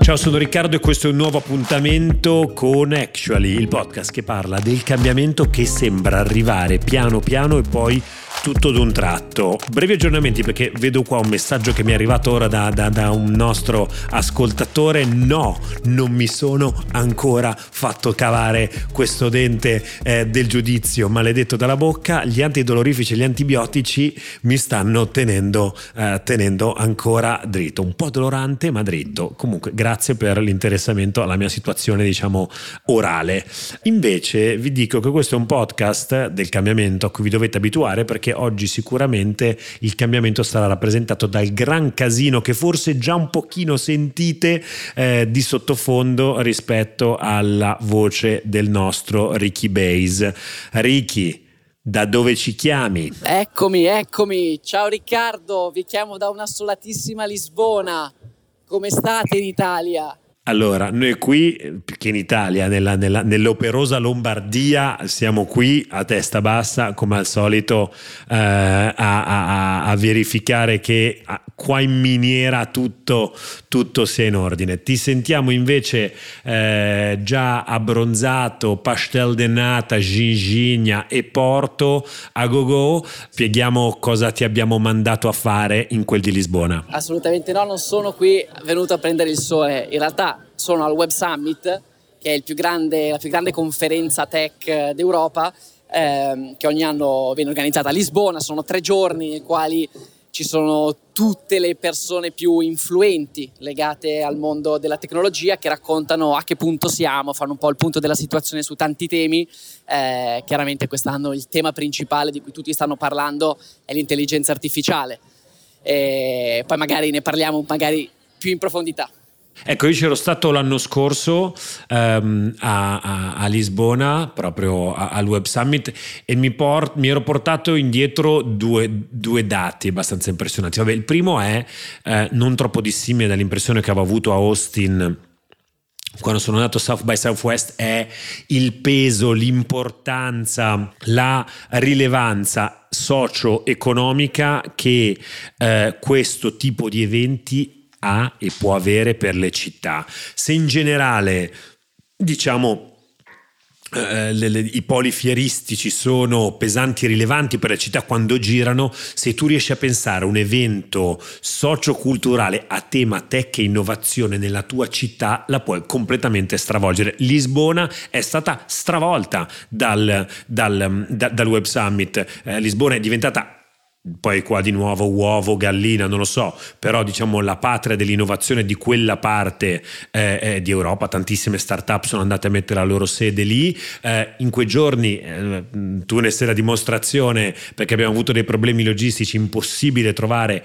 Ciao, sono Riccardo e questo è un nuovo appuntamento con Actually, il podcast che parla del cambiamento che sembra arrivare piano piano e poi tutto d'un tratto. Brevi aggiornamenti, perché vedo qua un messaggio che mi è arrivato ora da un nostro ascoltatore. No, non mi sono ancora fatto cavare questo dente del giudizio maledetto dalla bocca. Gli antidolorifici e gli antibiotici mi stanno tenendo ancora dritto, un po' dolorante ma dritto. Comunque grazie per l'interessamento alla mia situazione, diciamo, orale. Invece vi dico che questo è un podcast del cambiamento a cui vi dovete abituare, perché oggi sicuramente il cambiamento sarà rappresentato dal gran casino che forse già un pochino sentite di sottofondo rispetto alla voce del nostro Ricky Base. Ricky, da dove ci chiami? Eccomi. Ciao Riccardo, vi chiamo da una solatissima Lisbona. Come state in Italia? Allora, noi qui, che in Italia, nell'operosa Lombardia, siamo qui a testa bassa, come al solito, a verificare che qua in miniera tutto sia in ordine. Ti sentiamo invece già abbronzato, pastel de nata, ginigna e porto a go-go. Spieghiamo cosa ti abbiamo mandato a fare in quel di Lisbona. Assolutamente no, non sono qui venuto a prendere il sole. In realtà sono al Web Summit, che è la più grande conferenza tech d'Europa, che ogni anno viene organizzata a Lisbona. Sono 3 giorni nei quali ci sono tutte le persone più influenti legate al mondo della tecnologia, che raccontano a che punto siamo, fanno un po' il punto della situazione su tanti temi. Chiaramente quest'anno il tema principale di cui tutti stanno parlando è l'intelligenza artificiale. Poi magari ne parliamo più in profondità. Ecco, io c'ero stato l'anno scorso a Lisbona, proprio al Web Summit, e mi ero portato indietro due dati abbastanza impressionanti. Vabbè, il primo è non troppo dissimile dall'impressione che avevo avuto a Austin quando sono andato South by Southwest, è il peso, l'importanza, la rilevanza socio-economica che questo tipo di eventi ha e può avere per le città. Se in generale, diciamo, i poli fieristici sono pesanti e rilevanti per le città quando girano, se tu riesci a pensare a un evento socioculturale a tema tech e innovazione nella tua città, la puoi completamente stravolgere. Lisbona è stata stravolta dal Web Summit. Lisbona è diventata, poi qua di nuovo uovo, gallina, non lo so, però diciamo la patria dell'innovazione di quella parte di Europa. Tantissime start-up sono andate a mettere la loro sede lì. In quei giorni tu ne sei la dimostrazione, perché abbiamo avuto dei problemi logistici, impossibile trovare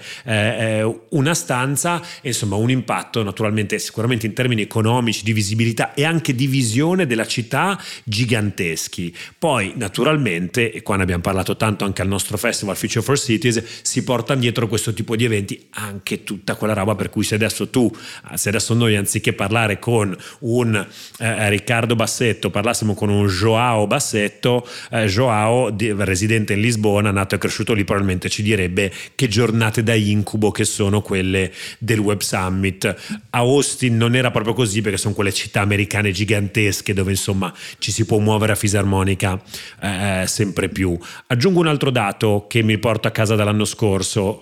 una stanza, e insomma un impatto naturalmente sicuramente in termini economici, di visibilità e anche di visione della città giganteschi. Poi naturalmente, e qua ne abbiamo parlato tanto anche al nostro festival Future for Cities, si portano dietro questo tipo di eventi anche tutta quella roba per cui se adesso noi, anziché parlare con un Riccardo Bassetto, parlassimo con un Joao Bassetto, Joao, residente in Lisbona, nato e cresciuto lì, probabilmente ci direbbe che giornate da incubo che sono quelle del Web Summit. A Austin non era proprio così, perché sono quelle città americane gigantesche dove insomma ci si può muovere a fisarmonica sempre più. Aggiungo un altro dato che mi porta a casa dall'anno scorso.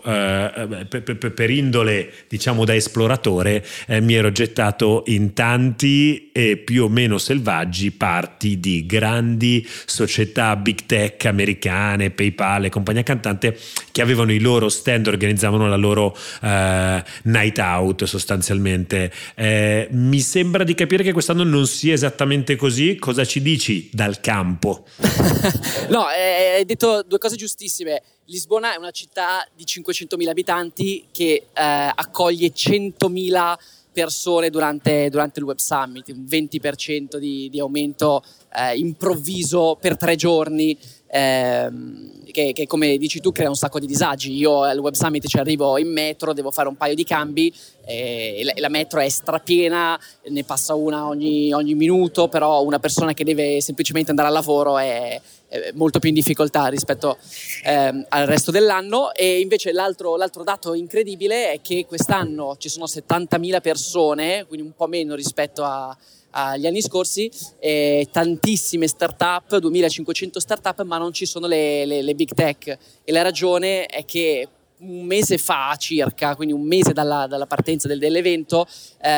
Per indole, diciamo, da esploratore, mi ero gettato in tanti e più o meno selvaggi parti di grandi società big tech americane, PayPal e compagnia cantante, che avevano i loro stand, organizzavano la loro night out sostanzialmente. Mi sembra di capire che quest'anno non sia esattamente così. Cosa ci dici dal campo? No, hai detto 2 cose giustissime. Lisbona è una città di 500.000 abitanti che accoglie 100.000 persone durante il Web Summit, un 20% di aumento improvviso per 3 giorni, che come dici tu crea un sacco di disagi. Io al Web Summit ci arrivo in metro, devo fare un paio di cambi, la metro è strapiena, ne passa una ogni minuto, però una persona che deve semplicemente andare al lavoro è molto più in difficoltà rispetto al resto dell'anno. E invece l'altro dato incredibile è che quest'anno ci sono 70.000 persone, quindi un po' meno rispetto agli anni scorsi, tantissime startup, 2.500 startup, ma non ci sono le big tech, e la ragione è che un mese fa circa, quindi un mese dalla partenza dell'evento,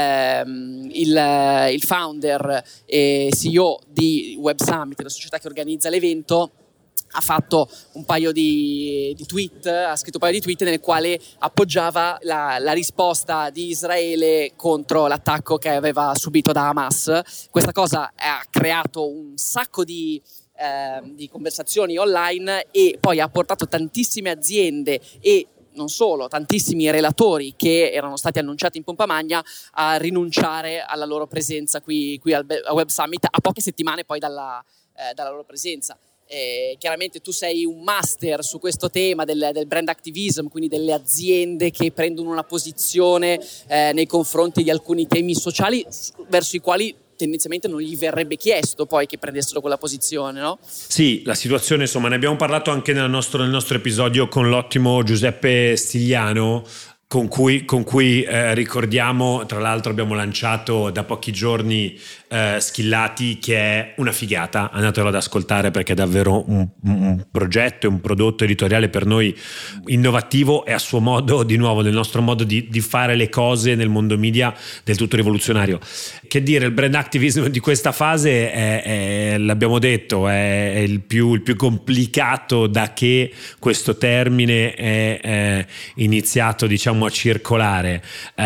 il founder e CEO di Web Summit, la società che organizza l'evento, ha fatto un paio di tweet, ha scritto un paio di tweet nel quale appoggiava la risposta di Israele contro l'attacco che aveva subito da Hamas. Questa cosa ha creato un sacco di conversazioni online, e poi ha portato tantissime aziende e non solo, tantissimi relatori che erano stati annunciati in pompa magna a rinunciare alla loro presenza qui al Web Summit a poche settimane poi dalla loro presenza. Chiaramente tu sei un master su questo tema del brand activism, quindi delle aziende che prendono una posizione nei confronti di alcuni temi sociali verso i quali tendenzialmente non gli verrebbe chiesto poi che prendessero quella posizione, no? Sì, la situazione, insomma, ne abbiamo parlato anche nel nostro episodio con l'ottimo Giuseppe Stigliano, con cui ricordiamo, tra l'altro abbiamo lanciato da pochi giorni Schillati, che è una figata, andatelo ad ascoltare perché è davvero un progetto e un prodotto editoriale per noi innovativo e a suo modo, di nuovo nel nostro modo di fare le cose nel mondo media, del tutto rivoluzionario. Che dire, il brand activism di questa fase è l'abbiamo detto, è il più complicato da che questo termine è iniziato, diciamo, a circolare.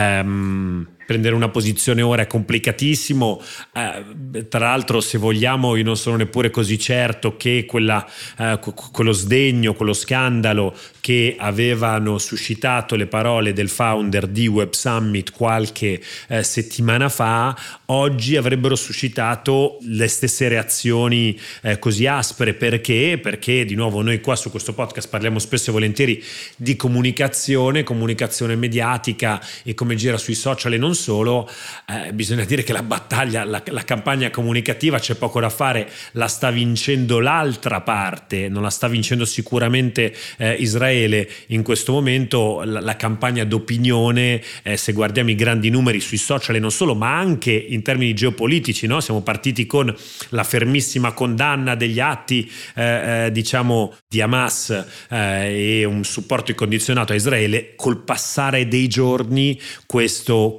Prendere una posizione ora è complicatissimo, tra l'altro, se vogliamo, io non sono neppure così certo che quello sdegno, quello scandalo che avevano suscitato le parole del founder di Web Summit qualche settimana fa oggi avrebbero suscitato le stesse reazioni così aspre. Perché di nuovo noi qua su questo podcast parliamo spesso e volentieri di comunicazione mediatica e come gira sui social e non solo. Bisogna dire che la battaglia, la campagna comunicativa, c'è poco da fare, la sta vincendo l'altra parte, non la sta vincendo sicuramente Israele in questo momento. La campagna d'opinione, se guardiamo i grandi numeri sui social e non solo, ma anche in termini geopolitici, no? Siamo partiti con la fermissima condanna degli atti diciamo di Hamas e un supporto incondizionato a Israele. Col passare dei giorni questo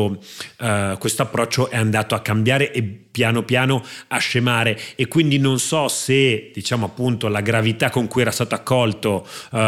approccio è andato a cambiare e piano piano a scemare, e quindi non so se, diciamo, appunto, la gravità con cui era stato accolto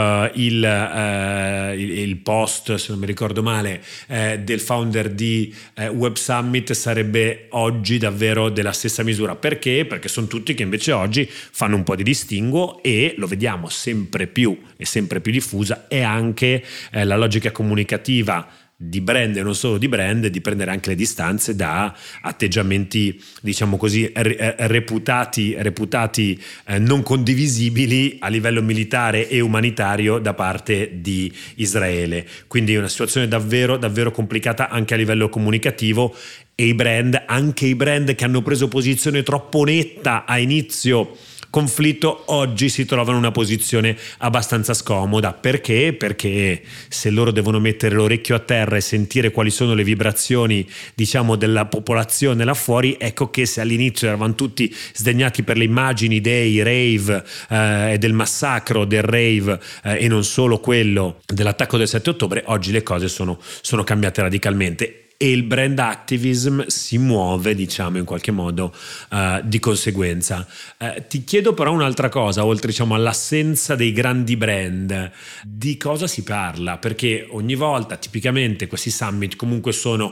il post, se non mi ricordo male, del founder di Web Summit sarebbe oggi davvero della stessa misura. Perché? Perché sono tutti che invece oggi fanno un po' di distinguo, e lo vediamo sempre più diffusa è anche la logica comunicativa di brand e non solo di brand, di prendere anche le distanze da atteggiamenti, diciamo così, reputati non condivisibili a livello militare e umanitario da parte di Israele. Quindi è una situazione davvero davvero complicata anche a livello comunicativo, e anche i brand che hanno preso posizione troppo netta a inizio conflitto oggi si trovano in una posizione abbastanza scomoda. Perché? Perché se loro devono mettere l'orecchio a terra e sentire quali sono le vibrazioni, diciamo, della popolazione là fuori, ecco che se all'inizio eravamo tutti sdegnati per le immagini dei rave e del massacro del rave e non solo quello dell'attacco del 7 ottobre, oggi le cose sono cambiate radicalmente. E il brand activism si muove, diciamo, in qualche modo di conseguenza. Ti chiedo però un'altra cosa, oltre, diciamo, all'assenza dei grandi brand, di cosa si parla? Perché ogni volta, tipicamente, questi summit comunque sono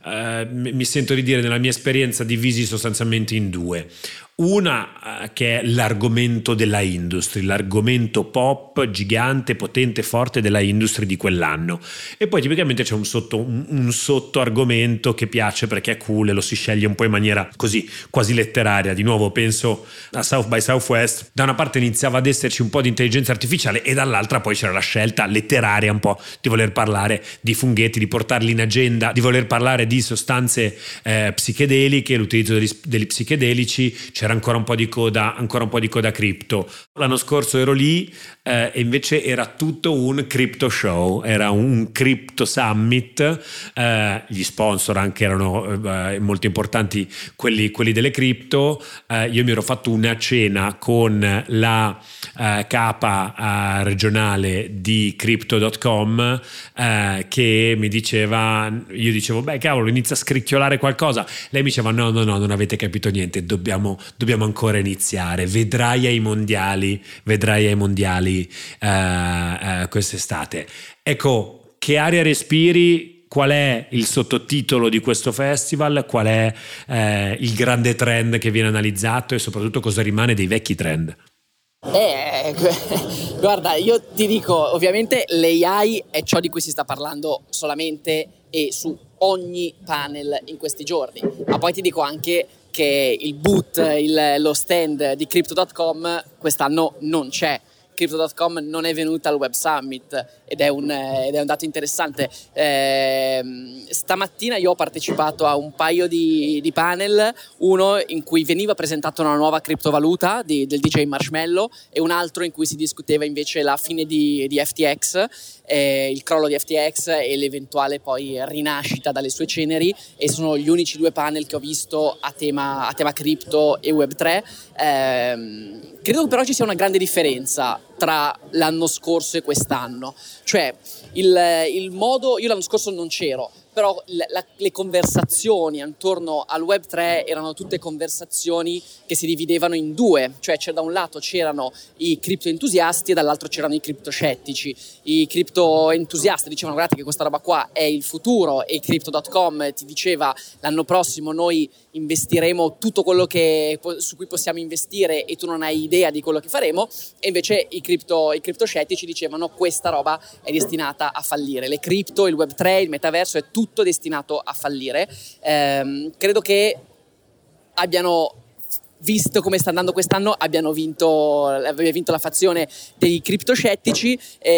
mi sento di dire nella mia esperienza divisi sostanzialmente in due. Una che è l'argomento della industry, l'argomento pop gigante, potente, forte della industry di quell'anno, e poi tipicamente c'è un sotto argomento che piace perché è cool e lo si sceglie un po' in maniera così quasi letteraria. Di nuovo penso a South by Southwest, da una parte iniziava ad esserci un po' di intelligenza artificiale e dall'altra poi c'era la scelta letteraria un po' di voler parlare di funghetti, di portarli in agenda, di voler parlare di sostanze psichedeliche, l'utilizzo degli psichedelici. C'era ancora un po' di coda cripto. L'anno scorso ero lì e invece era tutto un crypto show, era un crypto summit, gli sponsor anche erano molto importanti, quelli delle cripto. Io mi ero fatto una cena con la capa regionale di Crypto.com che mi diceva, io dicevo beh cavolo, inizia a scricchiolare qualcosa, lei mi diceva no, non avete capito niente, dobbiamo ancora iniziare, vedrai ai mondiali quest'estate. Ecco, che aria respiri? Qual è il sottotitolo di questo festival? Qual è il grande trend che viene analizzato e soprattutto cosa rimane dei vecchi trend? Guarda, io ti dico, ovviamente l'AI è ciò di cui si sta parlando solamente e su ogni panel in questi giorni, ma poi ti dico anche che il boot, lo stand di Crypto.com quest'anno non c'è. Crypto.com non è venuta al Web Summit ed è un dato interessante. Stamattina io ho partecipato a un paio di panel, uno in cui veniva presentata una nuova criptovaluta del DJ Marshmello e un altro in cui si discuteva invece la fine di FTX, il crollo di FTX e l'eventuale poi rinascita dalle sue ceneri, e sono gli unici due panel che ho visto a tema cripto e Web3. Credo però ci sia una grande differenza tra l'anno scorso e quest'anno, cioè il modo, io l'anno scorso non c'ero, però le conversazioni attorno al Web3 erano tutte conversazioni che si dividevano in due, cioè da un lato c'erano i cripto entusiasti e dall'altro c'erano i cripto scettici. I cripto entusiasti dicevano guardate che questa roba qua è il futuro, e Crypto.com ti diceva l'anno prossimo noi investiremo tutto quello su cui possiamo investire e tu non hai idea di quello che faremo, e invece i cripto scettici dicevano questa roba è destinata a fallire, le cripto, il Web3, il metaverso è tutto destinato a fallire. Credo che abbiano visto come sta andando quest'anno, aveva vinto la fazione dei criptoscettici,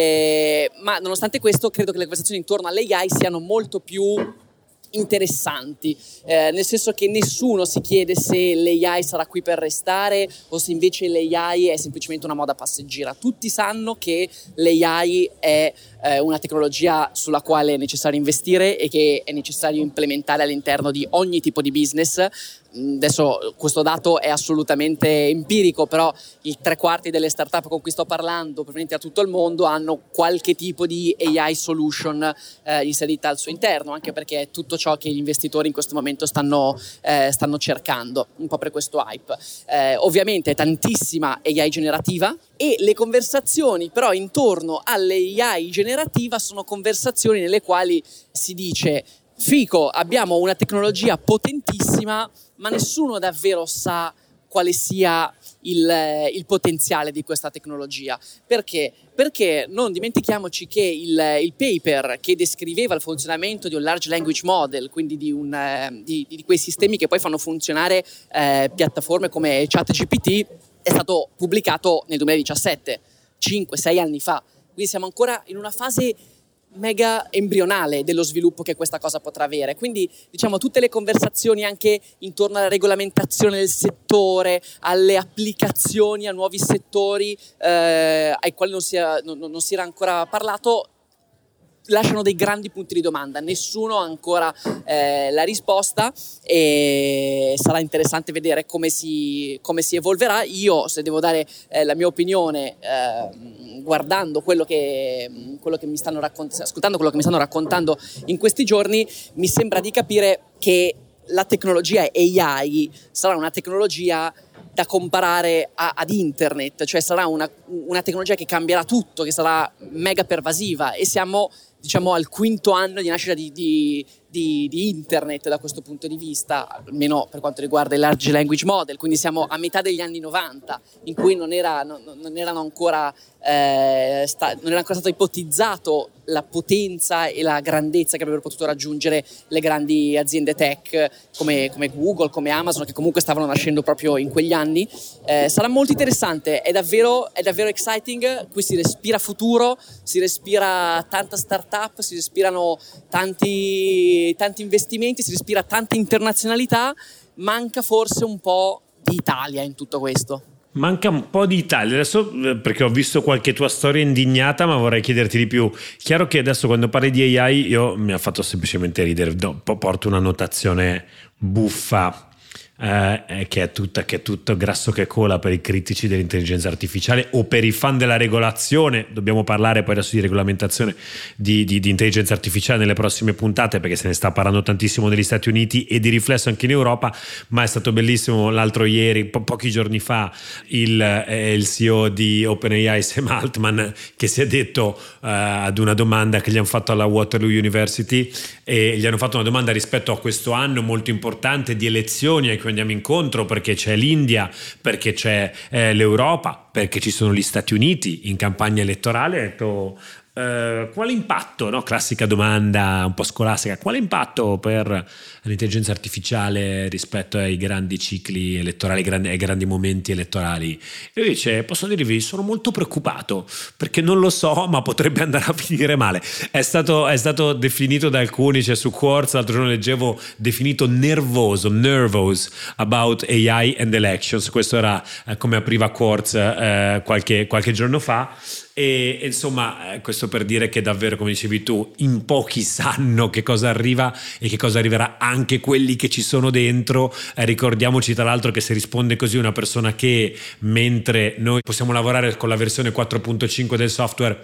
ma nonostante questo credo che le conversazioni intorno all'AI siano molto più interessanti, nel senso che nessuno si chiede se l'AI sarà qui per restare o se invece l'AI è semplicemente una moda passeggera. Tutti sanno che l'AI è una tecnologia sulla quale è necessario investire e che è necessario implementare all'interno di ogni tipo di business. Adesso questo dato è assolutamente empirico, però il 3/4 delle startup con cui sto parlando, provenienti da tutto il mondo, hanno qualche tipo di AI solution inserita al suo interno, anche perché è tutto ciò che gli investitori in questo momento stanno cercando, un po' per questo hype. Ovviamente tantissima AI generativa, e le conversazioni però intorno all'AI generativa sono conversazioni nelle quali si dice fico, abbiamo una tecnologia potentissima, ma nessuno davvero sa quale sia il potenziale di questa tecnologia. Perché? Perché non dimentichiamoci che il paper che descriveva il funzionamento di un large language model, quindi di quei sistemi che poi fanno funzionare piattaforme come ChatGPT, è stato pubblicato nel 2017, 5-6 anni fa. Quindi siamo ancora in una fase mega embrionale dello sviluppo che questa cosa potrà avere. Quindi diciamo tutte le conversazioni anche intorno alla regolamentazione del settore, alle applicazioni a nuovi settori ai quali non si era ancora parlato, lasciano dei grandi punti di domanda. Nessuno ha ancora la risposta, e sarà interessante vedere come si evolverà. Io, se devo dare la mia opinione, guardando quello che mi stanno ascoltando quello che mi stanno raccontando in questi giorni, mi sembra di capire che la tecnologia AI sarà una tecnologia da comparare ad internet, cioè sarà una tecnologia che cambierà tutto, che sarà mega pervasiva, e siamo diciamo al quinto anno di nascita di internet da questo punto di vista, almeno per quanto riguarda i large language model, quindi siamo a metà degli anni 90, in cui non era ancora stato ipotizzato la potenza e la grandezza che avrebbero potuto raggiungere le grandi aziende tech come Google, come Amazon, che comunque stavano nascendo proprio in quegli anni. Sarà molto interessante, è davvero exciting, qui si respira futuro, si respira tanta startup, si respirano tanti investimenti, si respira tanta internazionalità, manca forse un po' di Italia in tutto questo. Manca un po' di Italia adesso, perché ho visto qualche tua storia indignata, ma vorrei chiederti di più. Chiaro che adesso quando parli di AI mi ha fatto semplicemente ridere. Porto una notazione buffa che è tutto grasso che cola per i critici dell'intelligenza artificiale o per i fan della regolazione. Dobbiamo parlare poi adesso di regolamentazione di intelligenza artificiale nelle prossime puntate, perché se ne sta parlando tantissimo negli Stati Uniti e di riflesso anche in Europa. Ma è stato bellissimo l'altro ieri, pochi giorni fa, il CEO di OpenAI, Sam Altman, che si è detto ad una domanda che gli hanno fatto alla Waterloo University, e gli hanno fatto una domanda rispetto a questo anno molto importante di elezioni ai cui andiamo incontro, perché c'è l'India, perché c'è l'Europa, perché ci sono gli Stati Uniti in campagna elettorale. Ha detto quale impatto, no? Classica domanda un po' scolastica, quale impatto per l'intelligenza artificiale rispetto ai grandi cicli elettorali, ai grandi momenti elettorali? E lui dice: posso dirvi, sono molto preoccupato perché non lo so, ma potrebbe andare a finire male. È stato definito da alcuni, cioè su Quartz l'altro giorno leggevo, definito nervous about AI and elections. Questo era come apriva Quartz qualche giorno fa. E insomma, questo per dire che davvero, come dicevi tu, in pochi sanno che cosa arriva e che cosa arriverà anche quelli che ci sono dentro. Ricordiamoci tra l'altro che se risponde così una persona che, mentre noi possiamo lavorare con la versione 4.5 del software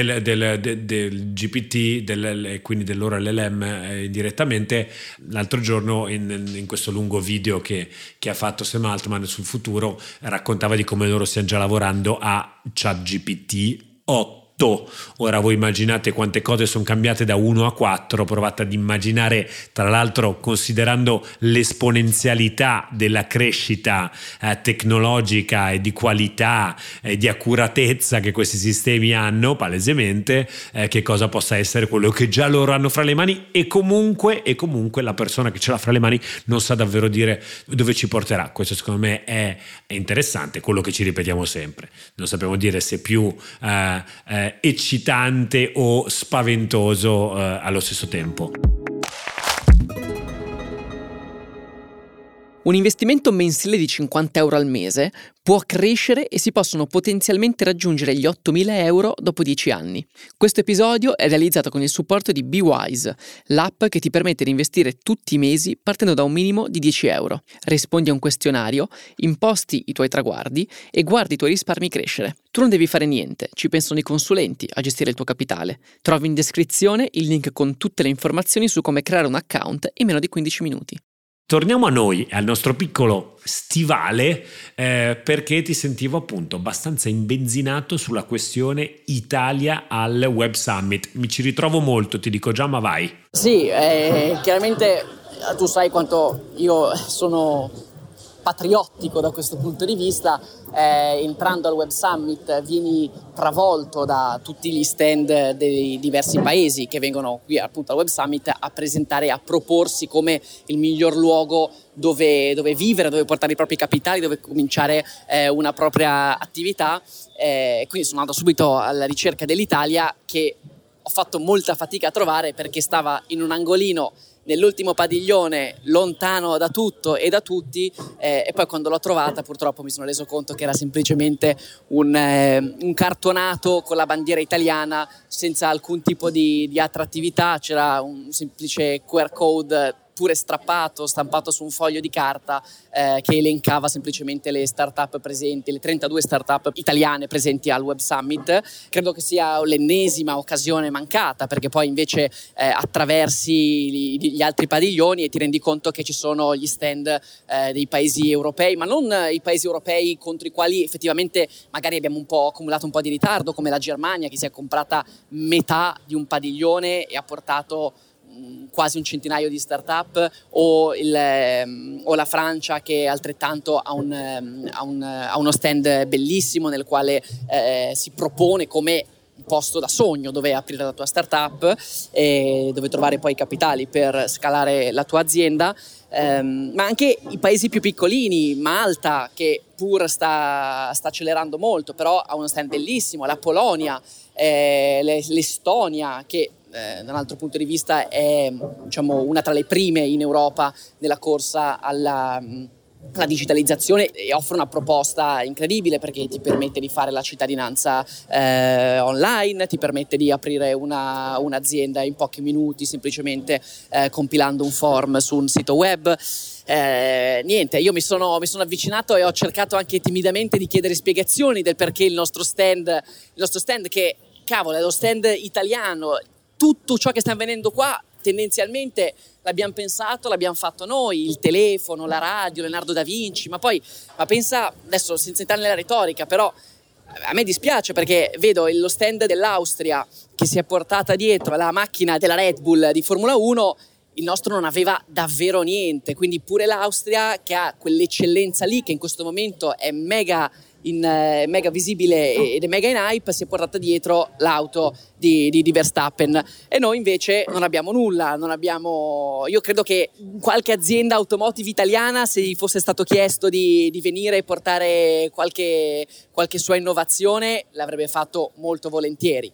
del GPT, quindi del loro LLM direttamente, l'altro giorno in questo lungo video che ha fatto Sam Altman sul futuro, raccontava di come loro stiano già lavorando a ChatGPT 8. Ora voi immaginate quante cose sono cambiate da 1 a 4, provate ad immaginare, tra l'altro considerando l'esponenzialità della crescita tecnologica e di qualità e di accuratezza che questi sistemi hanno, palesemente che cosa possa essere quello che già loro hanno fra le mani, e comunque la persona che ce l'ha fra le mani non sa davvero dire dove ci porterà. Questo secondo me è interessante, quello che ci ripetiamo sempre, non sappiamo dire se più eccitante o spaventoso allo stesso tempo. Un investimento mensile di 50 euro al mese può crescere e si possono potenzialmente raggiungere gli 8.000 euro dopo 10 anni. Questo episodio è realizzato con il supporto di BeWise, l'app che ti permette di investire tutti i mesi partendo da un minimo di 10 euro. Rispondi a un questionario, imposti i tuoi traguardi e guardi i tuoi risparmi crescere. Tu non devi fare niente, ci pensano i consulenti a gestire il tuo capitale. Trovi in descrizione il link con tutte le informazioni su come creare un account in meno di 15 minuti. Torniamo a noi, al nostro piccolo stivale, perché ti sentivo appunto abbastanza imbenzinato sulla questione Italia al Web Summit. Mi ci ritrovo molto, ti dico già, ma vai. Sì, chiaramente tu sai quanto io sono patriottico da questo punto di vista. Entrando al Web Summit vieni travolto da tutti gli stand dei diversi paesi che vengono qui appunto al Web Summit a presentare, a proporsi come il miglior luogo dove vivere, dove portare i propri capitali, dove cominciare una propria attività. Quindi sono andato subito alla ricerca dell'Italia, che ho fatto molta fatica a trovare perché stava in un angolino nell'ultimo padiglione, lontano da tutto e da tutti, e poi quando l'ho trovata purtroppo mi sono reso conto che era semplicemente un cartonato con la bandiera italiana senza alcun tipo di attrattività. C'era un semplice QR code oppure strappato, stampato su un foglio di carta che elencava semplicemente le startup presenti, le 32 startup italiane presenti al Web Summit. Credo che sia l'ennesima occasione mancata, perché poi invece attraversi gli altri padiglioni e ti rendi conto che ci sono gli stand dei paesi europei, ma non i paesi europei contro i quali effettivamente magari abbiamo accumulato un po' di ritardo, come la Germania, che si è comprata metà di un padiglione e ha portato quasi un centinaio di start-up, o la Francia, che altrettanto ha uno stand bellissimo nel quale si propone come un posto da sogno dove aprire la tua startup e dove trovare poi i capitali per scalare la tua azienda. Ma anche i paesi più piccolini, Malta, che pur sta accelerando molto, però ha uno stand bellissimo, la Polonia, l'Estonia, che da un altro punto di vista è, diciamo, una tra le prime in Europa nella corsa alla digitalizzazione, e offre una proposta incredibile, perché ti permette di fare la cittadinanza online, ti permette di aprire un'azienda in pochi minuti semplicemente compilando un form su un sito web. Niente, io mi sono avvicinato e ho cercato anche timidamente di chiedere spiegazioni del perché il nostro stand, che cavolo è lo stand italiano, tutto ciò che sta avvenendo qua tendenzialmente l'abbiamo pensato, l'abbiamo fatto noi, il telefono, la radio, Leonardo da Vinci, ma pensa, adesso senza entrare nella retorica, però a me dispiace perché vedo lo stand dell'Austria che si è portata dietro la macchina della Red Bull di Formula 1, il nostro non aveva davvero niente, quindi pure l'Austria, che ha quell'eccellenza lì, che in questo momento è mega visibile ed è mega in hype, si è portata dietro l'auto di Verstappen, e noi invece non abbiamo nulla, io credo che qualche azienda automotive italiana, se gli fosse stato chiesto di venire e portare qualche sua innovazione, l'avrebbe fatto molto volentieri.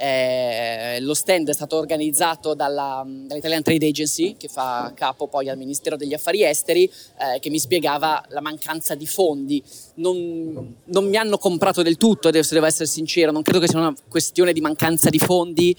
Lo stand è stato organizzato dall'Italian Trade Agency, che fa capo poi al Ministero degli Affari Esteri, che mi spiegava la mancanza di fondi. Non mi hanno comprato del tutto, se devo essere sincero, non credo che sia una questione di mancanza di fondi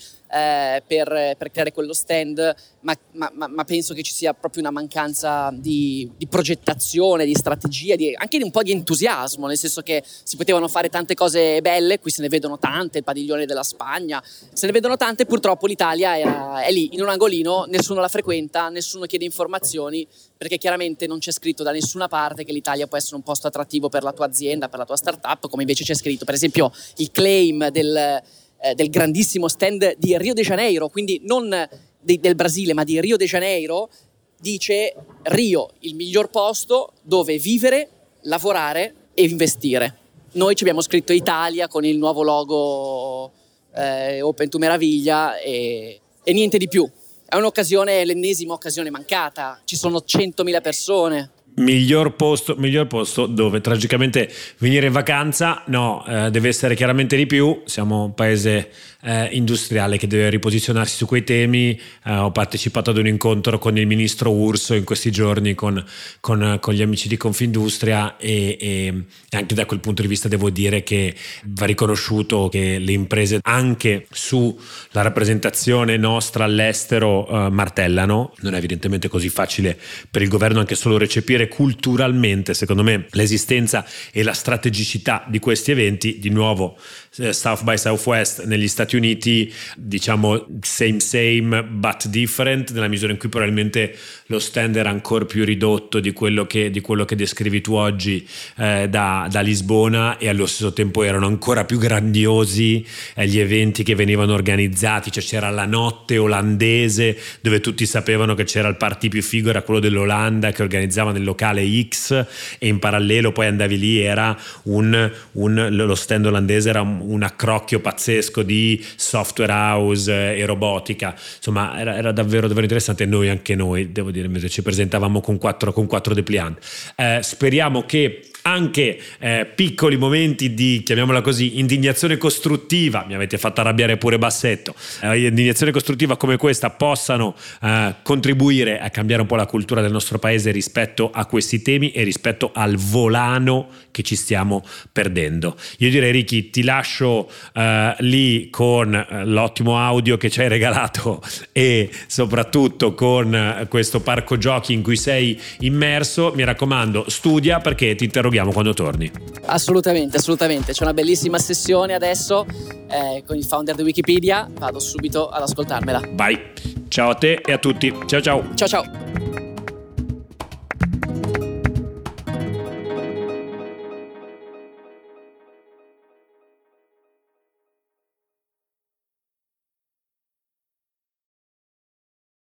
per creare quello stand, ma penso che ci sia proprio una mancanza di progettazione, di strategia, anche di un po' di entusiasmo, nel senso che si potevano fare tante cose belle, qui se ne vedono tante, il padiglione della Spagna, se ne vedono tante, purtroppo l'Italia è lì, in un angolino, nessuno la frequenta, nessuno chiede informazioni, perché chiaramente non c'è scritto da nessuna parte che l'Italia può essere un posto attrattivo per la tua azienda, per la tua startup, come invece c'è scritto, per esempio, il claim del grandissimo stand di Rio de Janeiro, quindi non del Brasile, ma di Rio de Janeiro, dice: Rio, il miglior posto dove vivere, lavorare e investire. Noi ci abbiamo scritto Italia con il nuovo logo Open to Meraviglia e niente di più. È l'ennesima occasione mancata, ci sono 100.000 persone. Miglior posto dove tragicamente venire in vacanza, no, deve essere chiaramente di più. Siamo un paese industriale che deve riposizionarsi su quei temi. Ho partecipato ad un incontro con il ministro Urso in questi giorni con gli amici di Confindustria e anche da quel punto di vista devo dire che va riconosciuto che le imprese anche sulla rappresentazione nostra all'estero martellano. Non è evidentemente così facile per il governo anche solo recepire culturalmente, secondo me, l'esistenza e la strategicità di questi eventi. Di nuovo South by Southwest negli Stati Uniti, diciamo same but different, nella misura in cui probabilmente lo stand era ancora più ridotto di quello che descrivi tu oggi da Lisbona, e allo stesso tempo erano ancora più grandiosi gli eventi che venivano organizzati. Cioè c'era la notte olandese dove tutti sapevano che c'era il party più figo, era quello dell'Olanda, che organizzava nel locale X, e in parallelo poi andavi lì, era lo stand olandese era un accrocchio pazzesco di software house e robotica. Insomma era davvero interessante. Anche noi devo dire invece ci presentavamo con quattro dépliant. Speriamo che anche piccoli momenti di, chiamiamola così, indignazione costruttiva, mi avete fatto arrabbiare pure Bassetto, indignazione costruttiva come questa possano contribuire a cambiare un po' la cultura del nostro paese rispetto a a questi temi e rispetto al volano che ci stiamo perdendo. Io direi, Ricky, ti lascio lì con l'ottimo audio che ci hai regalato e soprattutto con questo parco giochi in cui sei immerso. Mi raccomando, studia, perché ti interroghiamo quando torni. Assolutamente, c'è una bellissima sessione adesso con il founder di Wikipedia, vado subito ad ascoltarmela. Vai, ciao a te e a tutti, ciao ciao. Ciao ciao.